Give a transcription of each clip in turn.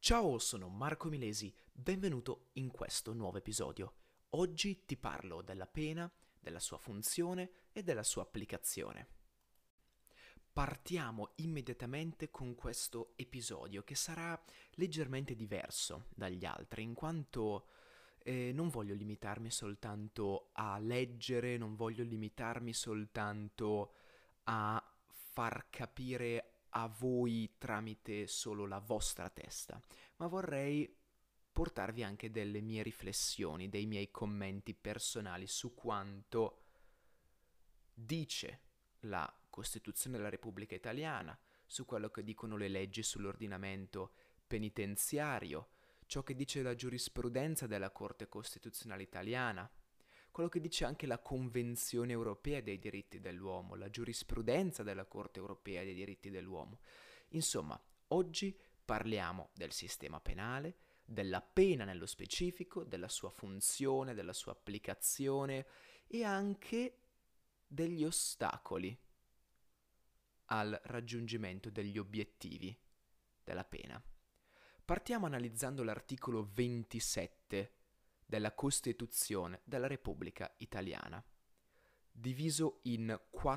Ciao, sono Marco Milesi, benvenuto in questo nuovo episodio. Oggi ti parlo della pena, della sua funzione e della sua applicazione. Partiamo immediatamente con questo episodio che sarà leggermente diverso dagli altri, in quanto non voglio limitarmi soltanto a leggere, non voglio limitarmi soltanto a far capire a voi tramite solo la vostra testa, ma vorrei portarvi anche delle mie riflessioni, dei miei commenti personali su quanto dice la Costituzione della Repubblica Italiana, su quello che dicono le leggi sull'ordinamento penitenziario, ciò che dice la giurisprudenza della Corte Costituzionale Italiana, quello che dice anche la Convenzione Europea dei diritti dell'uomo, la giurisprudenza della Corte Europea dei diritti dell'uomo. Insomma, oggi parliamo del sistema penale, della pena nello specifico, della sua funzione, della sua applicazione e anche degli ostacoli al raggiungimento degli obiettivi della pena. Partiamo analizzando l'articolo 27 della Costituzione della Repubblica Italiana, diviso in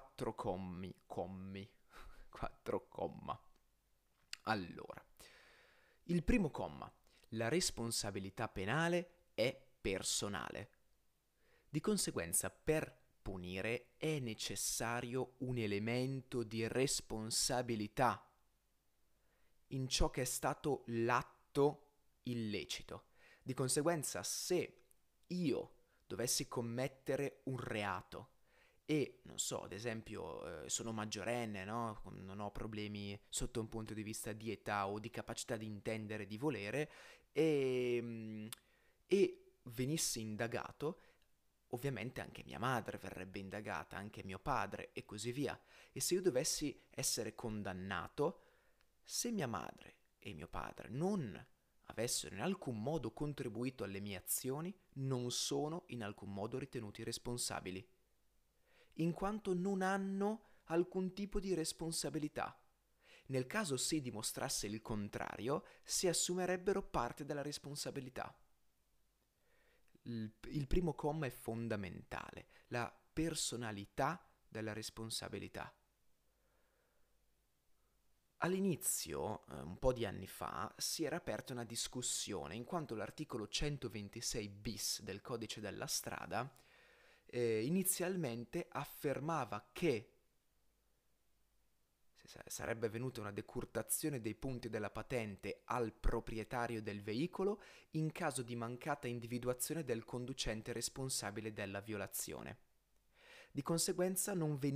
quattro comma. Allora, il primo comma, la responsabilità penale è personale. Di conseguenza, per punire è necessario un elemento di responsabilità in ciò che è stato l'atto illecito. Di conseguenza, se io dovessi commettere un reato e, non so, ad esempio, sono maggiorenne, no? Non ho problemi sotto un punto di vista di età o di capacità di intendere, di volere, e venissi indagato, ovviamente anche mia madre verrebbe indagata, anche mio padre e così via. E se io dovessi essere condannato, se mia madre e mio padre non avessero in alcun modo contribuito alle mie azioni, non sono in alcun modo ritenuti responsabili, in quanto non hanno alcun tipo di responsabilità. Nel caso si dimostrasse il contrario, si assumerebbero parte della responsabilità. Il primo comma è fondamentale, la personalità della responsabilità. All'inizio, un po' di anni fa, si era aperta una discussione in quanto l'articolo 126 bis del codice della strada inizialmente affermava che sarebbe venuta una decurtazione dei punti della patente al proprietario del veicolo in caso di mancata individuazione del conducente responsabile della violazione. Di conseguenza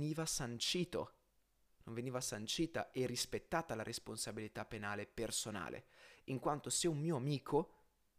non veniva sancita e rispettata la responsabilità penale personale, in quanto se un mio amico,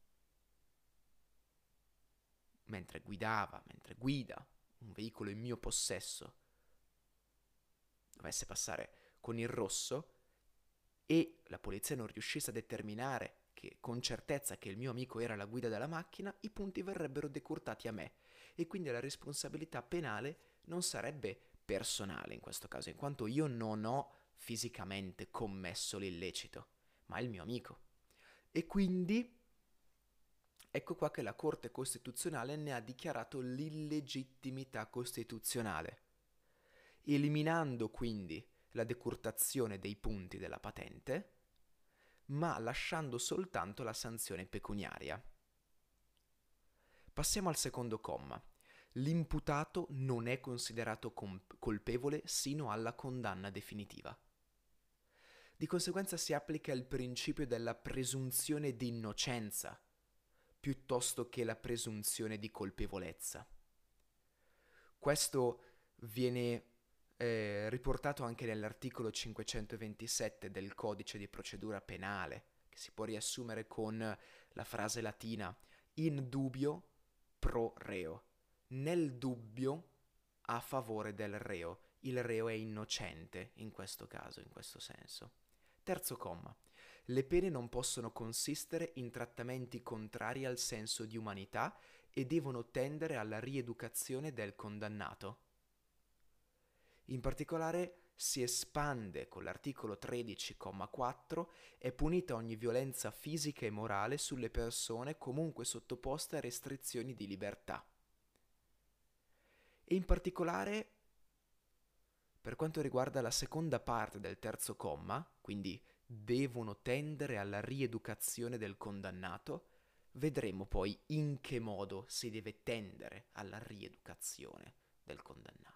mentre guida un veicolo in mio possesso, dovesse passare con il rosso e la polizia non riuscisse a determinare con certezza che il mio amico era alla guida della macchina, i punti verrebbero decurtati a me e quindi la responsabilità penale non sarebbe personale in questo caso, in quanto io non ho fisicamente commesso l'illecito, ma il mio amico. E quindi ecco qua che la Corte Costituzionale ne ha dichiarato l'illegittimità costituzionale, eliminando quindi la decurtazione dei punti della patente, ma lasciando soltanto la sanzione pecuniaria. Passiamo al secondo comma. L'imputato non è considerato colpevole sino alla condanna definitiva. Di conseguenza si applica il principio della presunzione di innocenza piuttosto che la presunzione di colpevolezza. Questo viene riportato anche nell'articolo 527 del Codice di procedura penale, che si può riassumere con la frase latina in dubio pro reo. Nel dubbio a favore del reo. Il reo è innocente in questo caso, in questo senso. Terzo comma. Le pene non possono consistere in trattamenti contrari al senso di umanità e devono tendere alla rieducazione del condannato. In particolare si espande con l'articolo 13,4, è punita ogni violenza fisica e morale sulle persone comunque sottoposte a restrizioni di libertà. E in particolare, per quanto riguarda la seconda parte del terzo comma, quindi devono tendere alla rieducazione del condannato, vedremo poi in che modo si deve tendere alla rieducazione del condannato.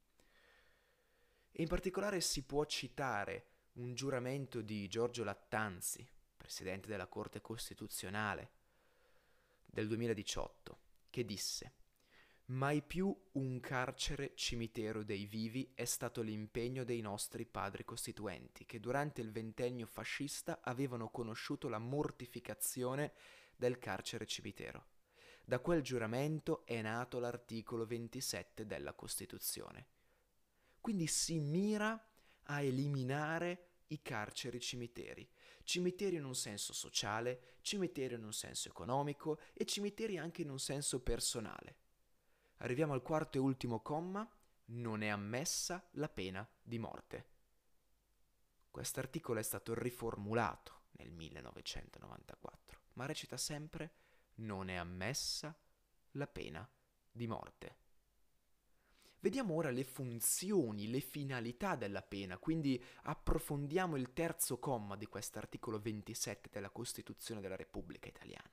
E in particolare si può citare un giuramento di Giorgio Lattanzi, presidente della Corte Costituzionale, del 2018, che disse: «Mai più un carcere cimitero dei vivi è stato l'impegno dei nostri padri costituenti, che durante il ventennio fascista avevano conosciuto la mortificazione del carcere cimitero. Da quel giuramento è nato l'articolo 27 della Costituzione». Quindi si mira a eliminare i carceri cimiteri. Cimiteri in un senso sociale, cimiteri in un senso economico e cimiteri anche in un senso personale. Arriviamo al quarto e ultimo comma: non è ammessa la pena di morte. Quest'articolo è stato riformulato nel 1994, ma recita sempre: non è ammessa la pena di morte. Vediamo ora le funzioni, le finalità della pena, quindi approfondiamo il terzo comma di quest'articolo 27 della Costituzione della Repubblica Italiana.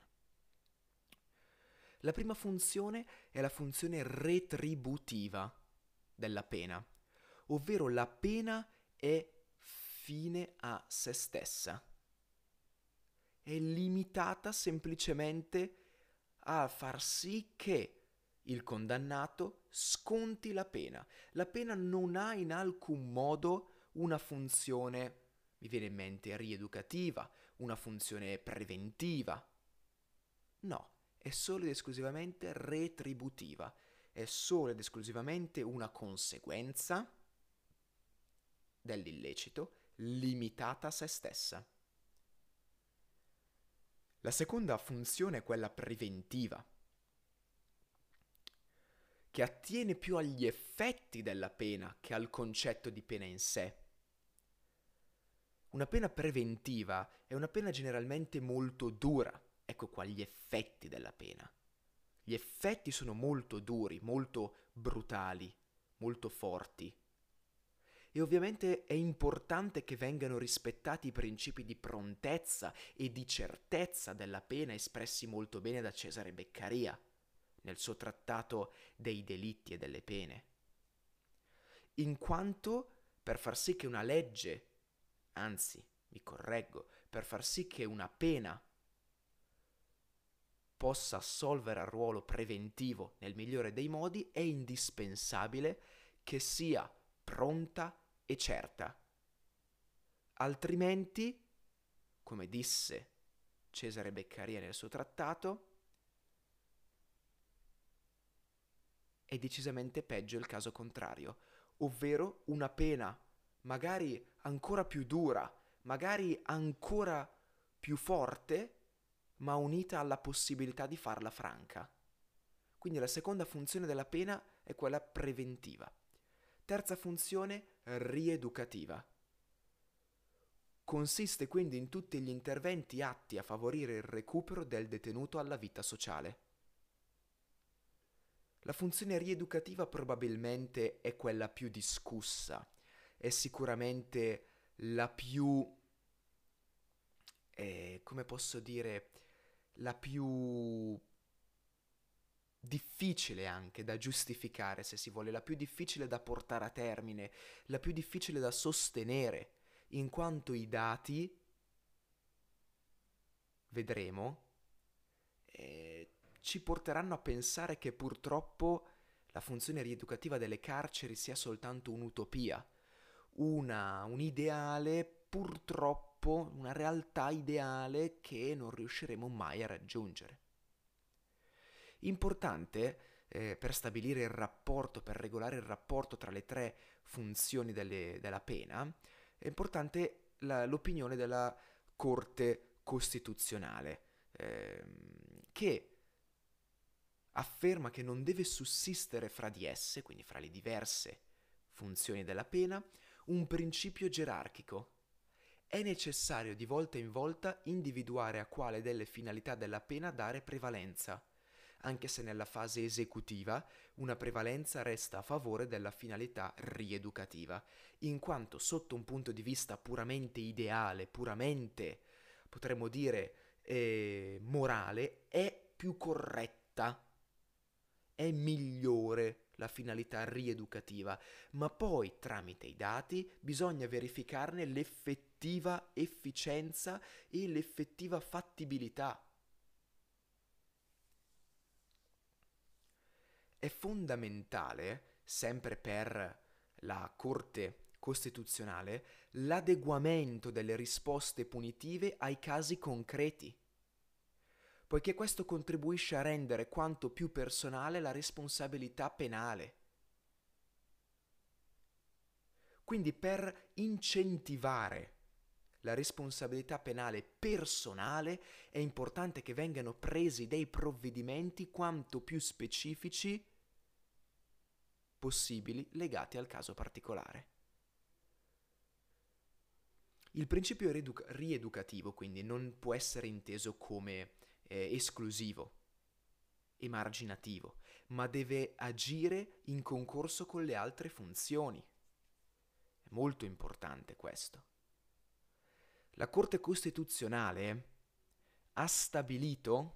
La prima funzione è la funzione retributiva della pena, ovvero la pena è fine a se stessa. È limitata semplicemente a far sì che il condannato sconti la pena. La pena non ha in alcun modo una funzione, mi viene in mente, rieducativa, una funzione preventiva. No, è solo ed esclusivamente retributiva, è solo ed esclusivamente una conseguenza dell'illecito limitata a se stessa. La seconda funzione è quella preventiva, che attiene più agli effetti della pena che al concetto di pena in sé. Una pena preventiva è una pena generalmente molto dura. Ecco qua gli effetti della pena. Gli effetti sono molto duri, molto brutali, molto forti. E ovviamente è importante che vengano rispettati i principi di prontezza e di certezza della pena espressi molto bene da Cesare Beccaria nel suo trattato dei delitti e delle pene. In quanto per far sì che una legge, anzi, mi correggo, per far sì che una pena possa assolvere al ruolo preventivo nel migliore dei modi, è indispensabile che sia pronta e certa. Altrimenti, come disse Cesare Beccaria nel suo trattato, è decisamente peggio il caso contrario, ovvero una pena magari ancora più dura, magari ancora più forte, ma unita alla possibilità di farla franca. Quindi la seconda funzione della pena è quella preventiva. Terza funzione, rieducativa. Consiste quindi in tutti gli interventi atti a favorire il recupero del detenuto alla vita sociale. La funzione rieducativa probabilmente è quella più discussa, è sicuramente la più, come posso dire, la più difficile anche da giustificare, se si vuole, la più difficile da portare a termine, la più difficile da sostenere, in quanto i dati, vedremo, ci porteranno a pensare che purtroppo la funzione rieducativa delle carceri sia soltanto un'utopia, un ideale, purtroppo una realtà ideale che non riusciremo mai a raggiungere. Importante per stabilire il rapporto, per regolare il rapporto tra le tre funzioni della pena, è importante l'opinione della Corte Costituzionale, che afferma che non deve sussistere fra di esse, quindi fra le diverse funzioni della pena, un principio gerarchico. È necessario di volta in volta individuare a quale delle finalità della pena dare prevalenza, anche se nella fase esecutiva una prevalenza resta a favore della finalità rieducativa, in quanto sotto un punto di vista puramente ideale, puramente, potremmo dire, morale, è più corretta, è migliore la finalità rieducativa, ma poi tramite i dati bisogna verificarne l'effettiva efficienza e l'effettiva fattibilità. È fondamentale, sempre per la Corte Costituzionale, l'adeguamento delle risposte punitive ai casi concreti, poiché questo contribuisce a rendere quanto più personale la responsabilità penale. Quindi per incentivare la responsabilità penale personale è importante che vengano presi dei provvedimenti quanto più specifici possibili legati al caso particolare. Il principio rieducativo quindi non può essere inteso come esclusivo, emarginativo, ma deve agire in concorso con le altre funzioni. È molto importante questo. La Corte Costituzionale ha stabilito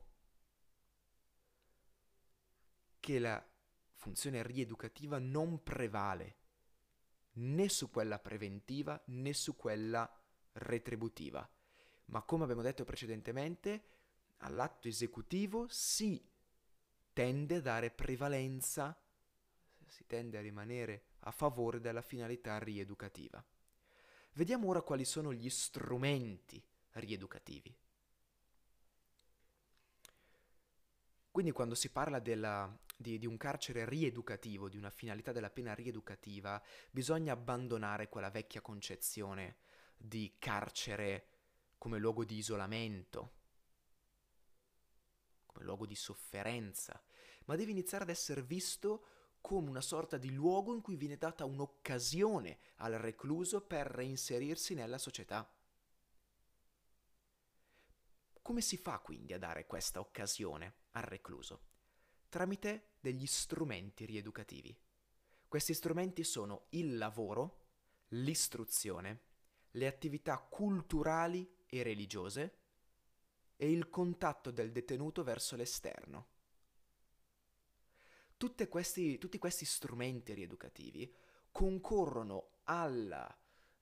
che la funzione rieducativa non prevale né su quella preventiva né su quella retributiva, ma come abbiamo detto precedentemente, all'atto esecutivo si tende a dare prevalenza, si tende a rimanere a favore della finalità rieducativa. Vediamo ora quali sono gli strumenti rieducativi. Quindi quando si parla di un carcere rieducativo, di una finalità della pena rieducativa, bisogna abbandonare quella vecchia concezione di carcere come luogo di isolamento, come luogo di sofferenza, ma deve iniziare ad essere visto come una sorta di luogo in cui viene data un'occasione al recluso per reinserirsi nella società. Come si fa quindi a dare questa occasione al recluso? Tramite degli strumenti rieducativi. Questi strumenti sono il lavoro, l'istruzione, le attività culturali e religiose e il contatto del detenuto verso l'esterno. Tutti questi strumenti rieducativi concorrono alla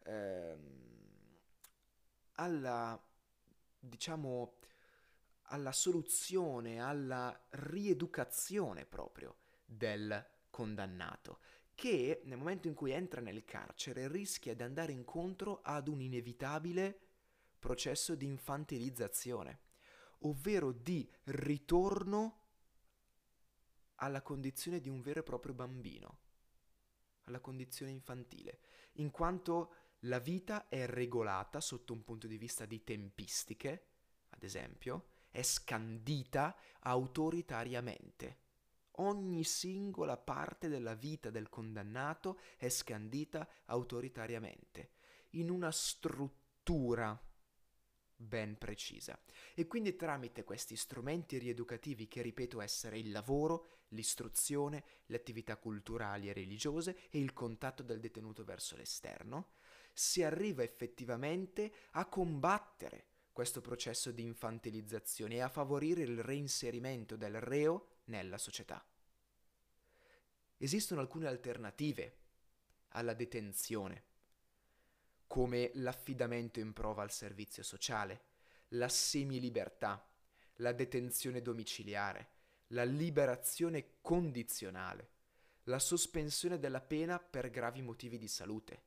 diciamo, alla soluzione, alla rieducazione proprio del condannato, che nel momento in cui entra nel carcere rischia di andare incontro ad un inevitabile processo di infantilizzazione, ovvero di ritorno alla condizione di un vero e proprio bambino, alla condizione infantile, in quanto la vita è regolata sotto un punto di vista di tempistiche, ad esempio, è scandita autoritariamente. Ogni singola parte della vita del condannato è scandita autoritariamente, in una struttura ben precisa. E quindi tramite questi strumenti rieducativi, che ripeto essere il lavoro, l'istruzione, le attività culturali e religiose e il contatto del detenuto verso l'esterno, si arriva effettivamente a combattere questo processo di infantilizzazione e a favorire il reinserimento del reo nella società. Esistono alcune alternative alla detenzione, come l'affidamento in prova al servizio sociale, la semilibertà, la detenzione domiciliare, la liberazione condizionale, la sospensione della pena per gravi motivi di salute,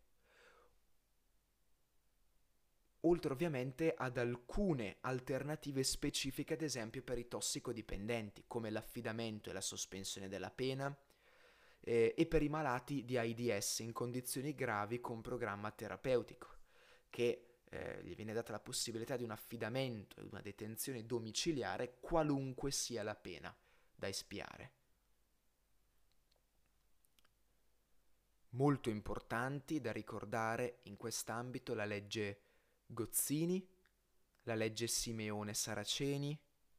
oltre ovviamente ad alcune alternative specifiche, ad esempio per i tossicodipendenti, come l'affidamento e la sospensione della pena, e per i malati di AIDS in condizioni gravi con programma terapeutico, che gli viene data la possibilità di un affidamento e una detenzione domiciliare qualunque sia la pena da espiare. molto importanti da ricordare in quest'ambito: la legge Gozzini, la legge Simeone Saraceni,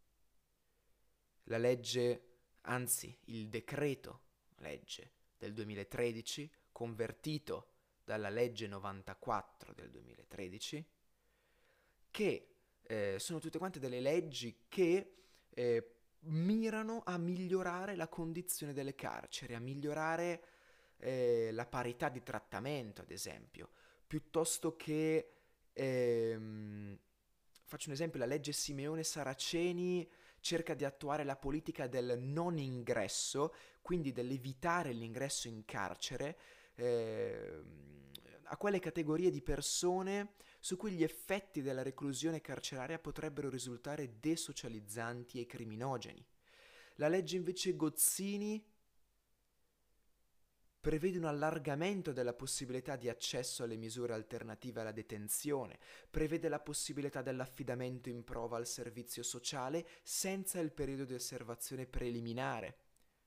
la legge, anzi il decreto legge del 2013, convertito dalla legge 94 del 2013, che sono tutte quante delle leggi che mirano a migliorare la condizione delle carceri, a migliorare la parità di trattamento, ad esempio, piuttosto che, faccio un esempio, la legge Simeone Saraceni cerca di attuare la politica del non ingresso, quindi dell'evitare l'ingresso in carcere a quelle categorie di persone su cui gli effetti della reclusione carceraria potrebbero risultare desocializzanti e criminogeni. La legge invece Gozzini prevede un allargamento della possibilità di accesso alle misure alternative alla detenzione, prevede la possibilità dell'affidamento in prova al servizio sociale senza il periodo di osservazione preliminare.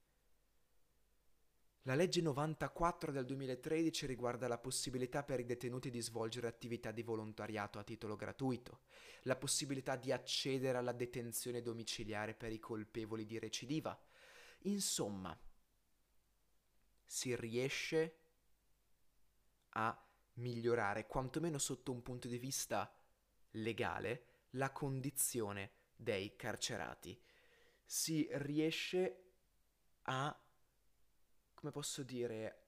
La legge 94 del 2013 riguarda la possibilità per i detenuti di svolgere attività di volontariato a titolo gratuito, la possibilità di accedere alla detenzione domiciliare per i colpevoli di recidiva. Insomma, si riesce a migliorare, quantomeno sotto un punto di vista legale, la condizione dei carcerati. Si riesce a, come posso dire,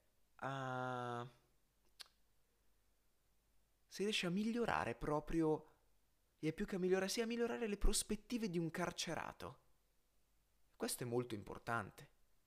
si riesce a migliorare proprio, e più che a migliorare, sia a migliorare le prospettive di un carcerato. Questo è molto importante.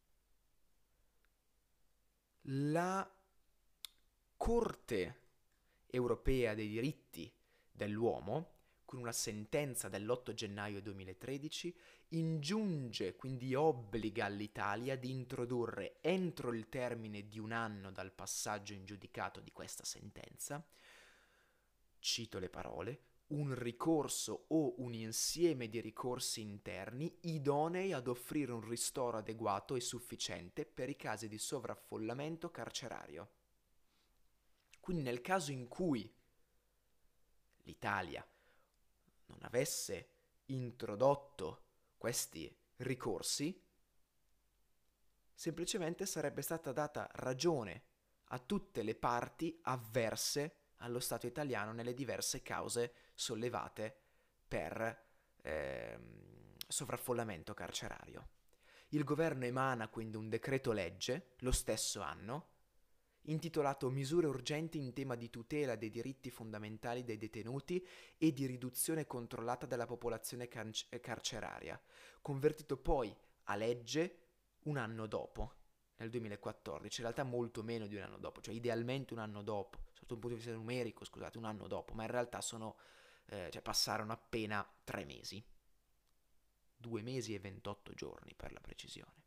La Corte europea dei diritti dell'uomo, con una sentenza dell'8 gennaio 2013, ingiunge, quindi obbliga all'Italia di introdurre entro il termine di un anno dal passaggio in giudicato di questa sentenza, cito le parole, un ricorso o un insieme di ricorsi interni idonei ad offrire un ristoro adeguato e sufficiente per i casi di sovraffollamento carcerario. Quindi nel caso in cui l'Italia non avesse introdotto questi ricorsi, semplicemente sarebbe stata data ragione a tutte le parti avverse allo Stato italiano nelle diverse cause sollevate per sovraffollamento carcerario. Il governo emana quindi un decreto legge lo stesso anno, intitolato Misure urgenti in tema di tutela dei diritti fondamentali dei detenuti e di riduzione controllata della popolazione carceraria, convertito poi a legge un anno dopo, nel 2014, in realtà molto meno di un anno dopo, cioè idealmente un anno dopo, sotto un punto di vista numerico, scusate, un anno dopo, ma in realtà passarono appena 3 mesi, 2 mesi e 28 giorni per la precisione.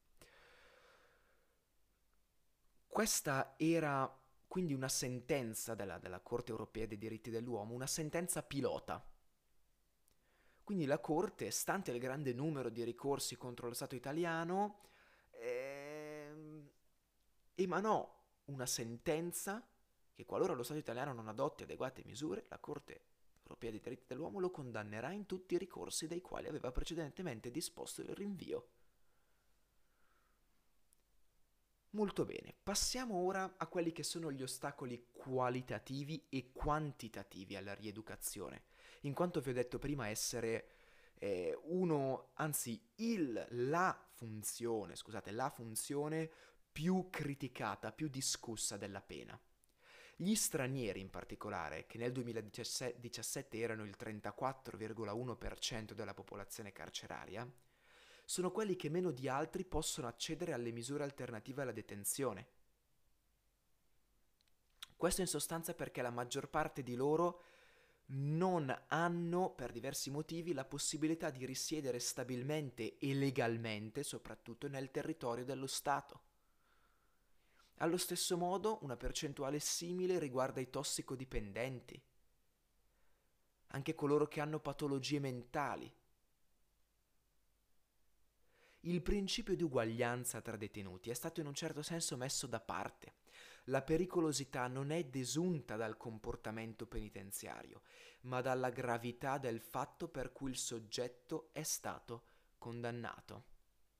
Questa era quindi una sentenza della Corte europea dei diritti dell'uomo, una sentenza pilota. Quindi la Corte, stante il grande numero di ricorsi contro lo Stato italiano, emanò una sentenza che, qualora lo Stato italiano non adotti adeguate misure, la Corte europea dei diritti dell'uomo lo condannerà in tutti i ricorsi dai quali aveva precedentemente disposto il rinvio. Molto bene, passiamo ora a quelli che sono gli ostacoli qualitativi e quantitativi alla rieducazione, in quanto vi ho detto prima essere la funzione più criticata, più discussa della pena. Gli stranieri in particolare, che nel 2017 erano il 34,1% della popolazione carceraria, sono quelli che meno di altri possono accedere alle misure alternative alla detenzione. Questo in sostanza perché la maggior parte di loro non hanno, per diversi motivi, la possibilità di risiedere stabilmente e legalmente, soprattutto nel territorio dello Stato. Allo stesso modo, una percentuale simile riguarda i tossicodipendenti, anche coloro che hanno patologie mentali. Il principio di uguaglianza tra detenuti è stato in un certo senso messo da parte. La pericolosità non è desunta dal comportamento penitenziario, ma dalla gravità del fatto per cui il soggetto è stato condannato.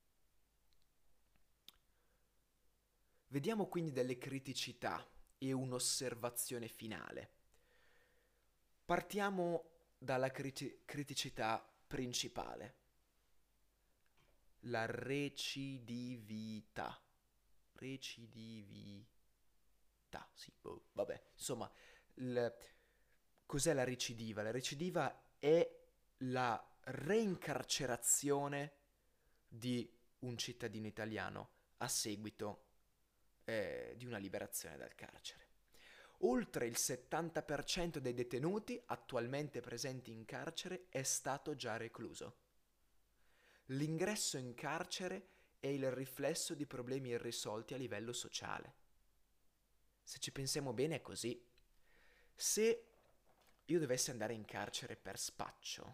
Vediamo quindi delle criticità e un'osservazione finale. Partiamo dalla criticità principale, la recidività. Sì, vabbè, insomma, cos'è la recidiva? La recidiva è la reincarcerazione di un cittadino italiano a seguito di una liberazione dal carcere. Oltre il 70% dei detenuti attualmente presenti in carcere è stato già recluso. L'ingresso in carcere è il riflesso di problemi irrisolti a livello sociale. Se ci pensiamo bene è così. Se io dovessi andare in carcere per spaccio,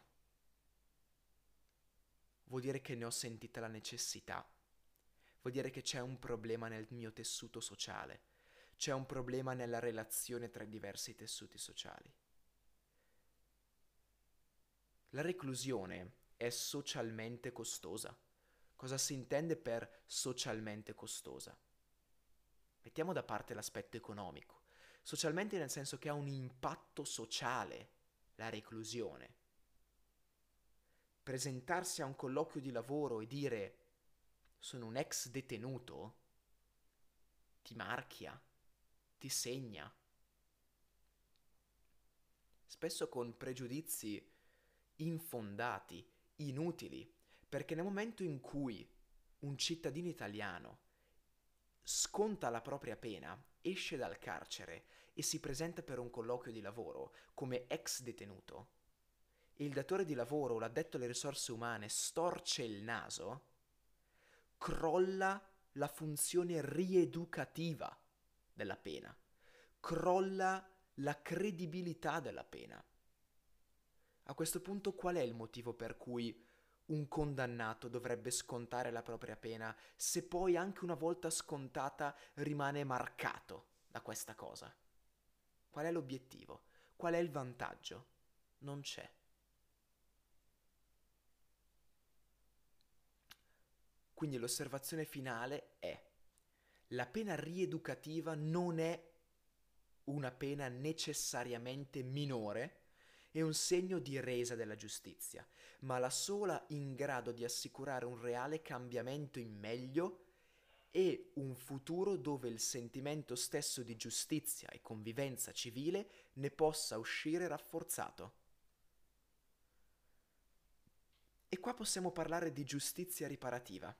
vuol dire che ne ho sentita la necessità. Vuol dire che c'è un problema nel mio tessuto sociale. C'è un problema nella relazione tra i diversi tessuti sociali. La reclusione è socialmente costosa. Cosa si intende per socialmente costosa? Mettiamo da parte l'aspetto economico. Socialmente nel senso che ha un impatto sociale, la reclusione. Presentarsi a un colloquio di lavoro e dire sono un ex detenuto ti marchia, ti segna. Spesso con pregiudizi infondati, inutili, perché nel momento in cui un cittadino italiano sconta la propria pena, esce dal carcere e si presenta per un colloquio di lavoro come ex detenuto, e il datore di lavoro o l'addetto alle risorse umane storce il naso, crolla la funzione rieducativa della pena, crolla la credibilità della pena. A questo punto qual è il motivo per cui un condannato dovrebbe scontare la propria pena se poi anche una volta scontata rimane marcato da questa cosa? Qual è l'obiettivo? Qual è il vantaggio? Non c'è. Quindi l'osservazione finale è: la pena rieducativa non è una pena necessariamente minore e un segno di resa della giustizia, ma la sola in grado di assicurare un reale cambiamento in meglio e un futuro dove il sentimento stesso di giustizia e convivenza civile ne possa uscire rafforzato. E qua possiamo parlare di giustizia riparativa.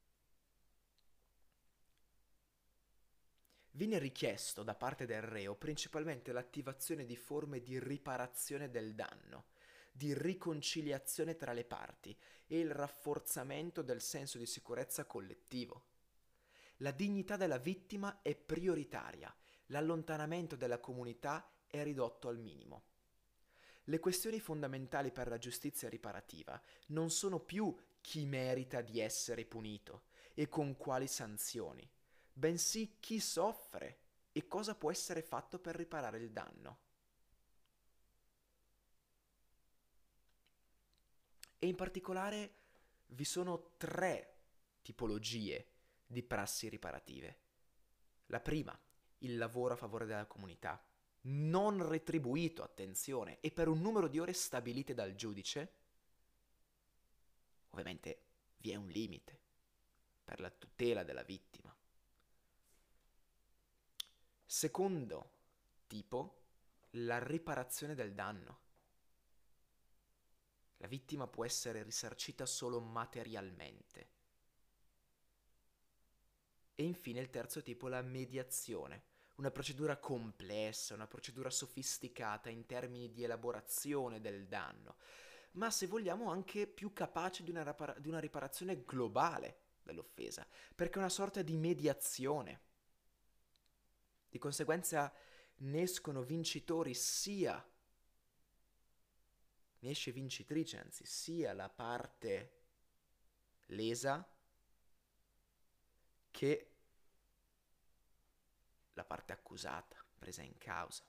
Viene richiesto da parte del reo principalmente l'attivazione di forme di riparazione del danno, di riconciliazione tra le parti e il rafforzamento del senso di sicurezza collettivo. La dignità della vittima è prioritaria, l'allontanamento della comunità è ridotto al minimo. Le questioni fondamentali per la giustizia riparativa non sono più chi merita di essere punito e con quali sanzioni, bensì chi soffre e cosa può essere fatto per riparare il danno. E in particolare vi sono 3 tipologie di prassi riparative. La prima, il lavoro a favore della comunità, non retribuito, attenzione, e per un numero di ore stabilite dal giudice. Ovviamente vi è un limite per la tutela della vittima. Secondo tipo, la riparazione del danno. La vittima può essere risarcita solo materialmente. E infine il terzo tipo, la mediazione, una procedura complessa, una procedura sofisticata in termini di elaborazione del danno, ma se vogliamo anche più capace di una riparazione globale dell'offesa, perché è una sorta di mediazione. Di conseguenza ne escono vincitori ne esce vincitrice, anzi, sia la parte lesa che la parte accusata, presa in causa.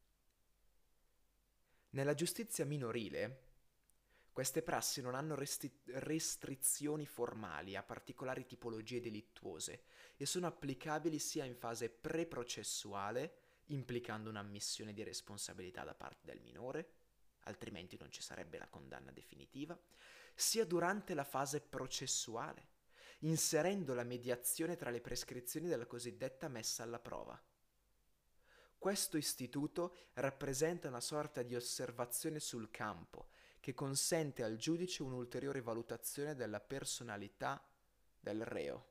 Nella giustizia minorile, queste prassi non hanno restrizioni formali a particolari tipologie delittuose e sono applicabili sia in fase preprocessuale, implicando un'ammissione di responsabilità da parte del minore, altrimenti non ci sarebbe la condanna definitiva, sia durante la fase processuale, inserendo la mediazione tra le prescrizioni della cosiddetta messa alla prova. Questo istituto rappresenta una sorta di osservazione sul campo che consente al giudice un'ulteriore valutazione della personalità del reo.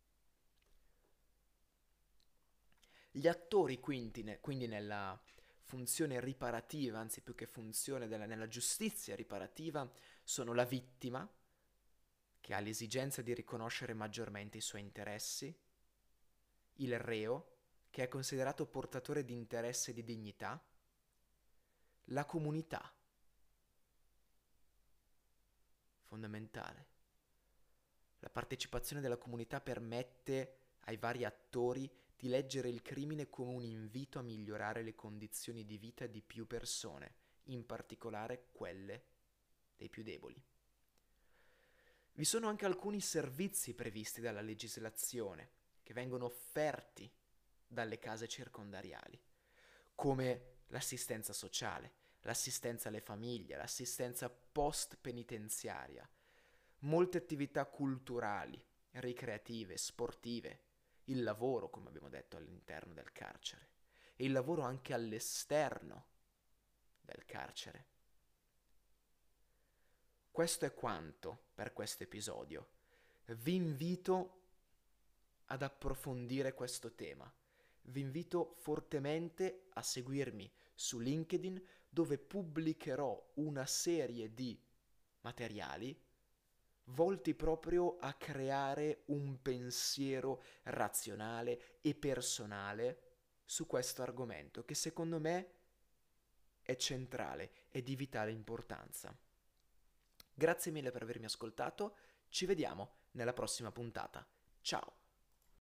Gli attori quindi nella funzione riparativa, anzi più che funzione nella giustizia riparativa, sono la vittima, che ha l'esigenza di riconoscere maggiormente i suoi interessi, il reo, che è considerato portatore di interesse e di dignità, la comunità, fondamentale. La partecipazione della comunità permette ai vari attori di leggere il crimine come un invito a migliorare le condizioni di vita di più persone, in particolare quelle dei più deboli. Vi sono anche alcuni servizi previsti dalla legislazione che vengono offerti dalle case circondariali, come l'assistenza sociale, l'assistenza alle famiglie, l'assistenza post-penitenziaria, molte attività culturali, ricreative, sportive, il lavoro, come abbiamo detto, all'interno del carcere e il lavoro anche all'esterno del carcere. Questo è quanto per questo episodio. Vi invito ad approfondire questo tema. Vi invito fortemente a seguirmi su LinkedIn, dove pubblicherò una serie di materiali volti proprio a creare un pensiero razionale e personale su questo argomento che secondo me è centrale e di vitale importanza. Grazie mille per avermi ascoltato, ci vediamo nella prossima puntata. Ciao!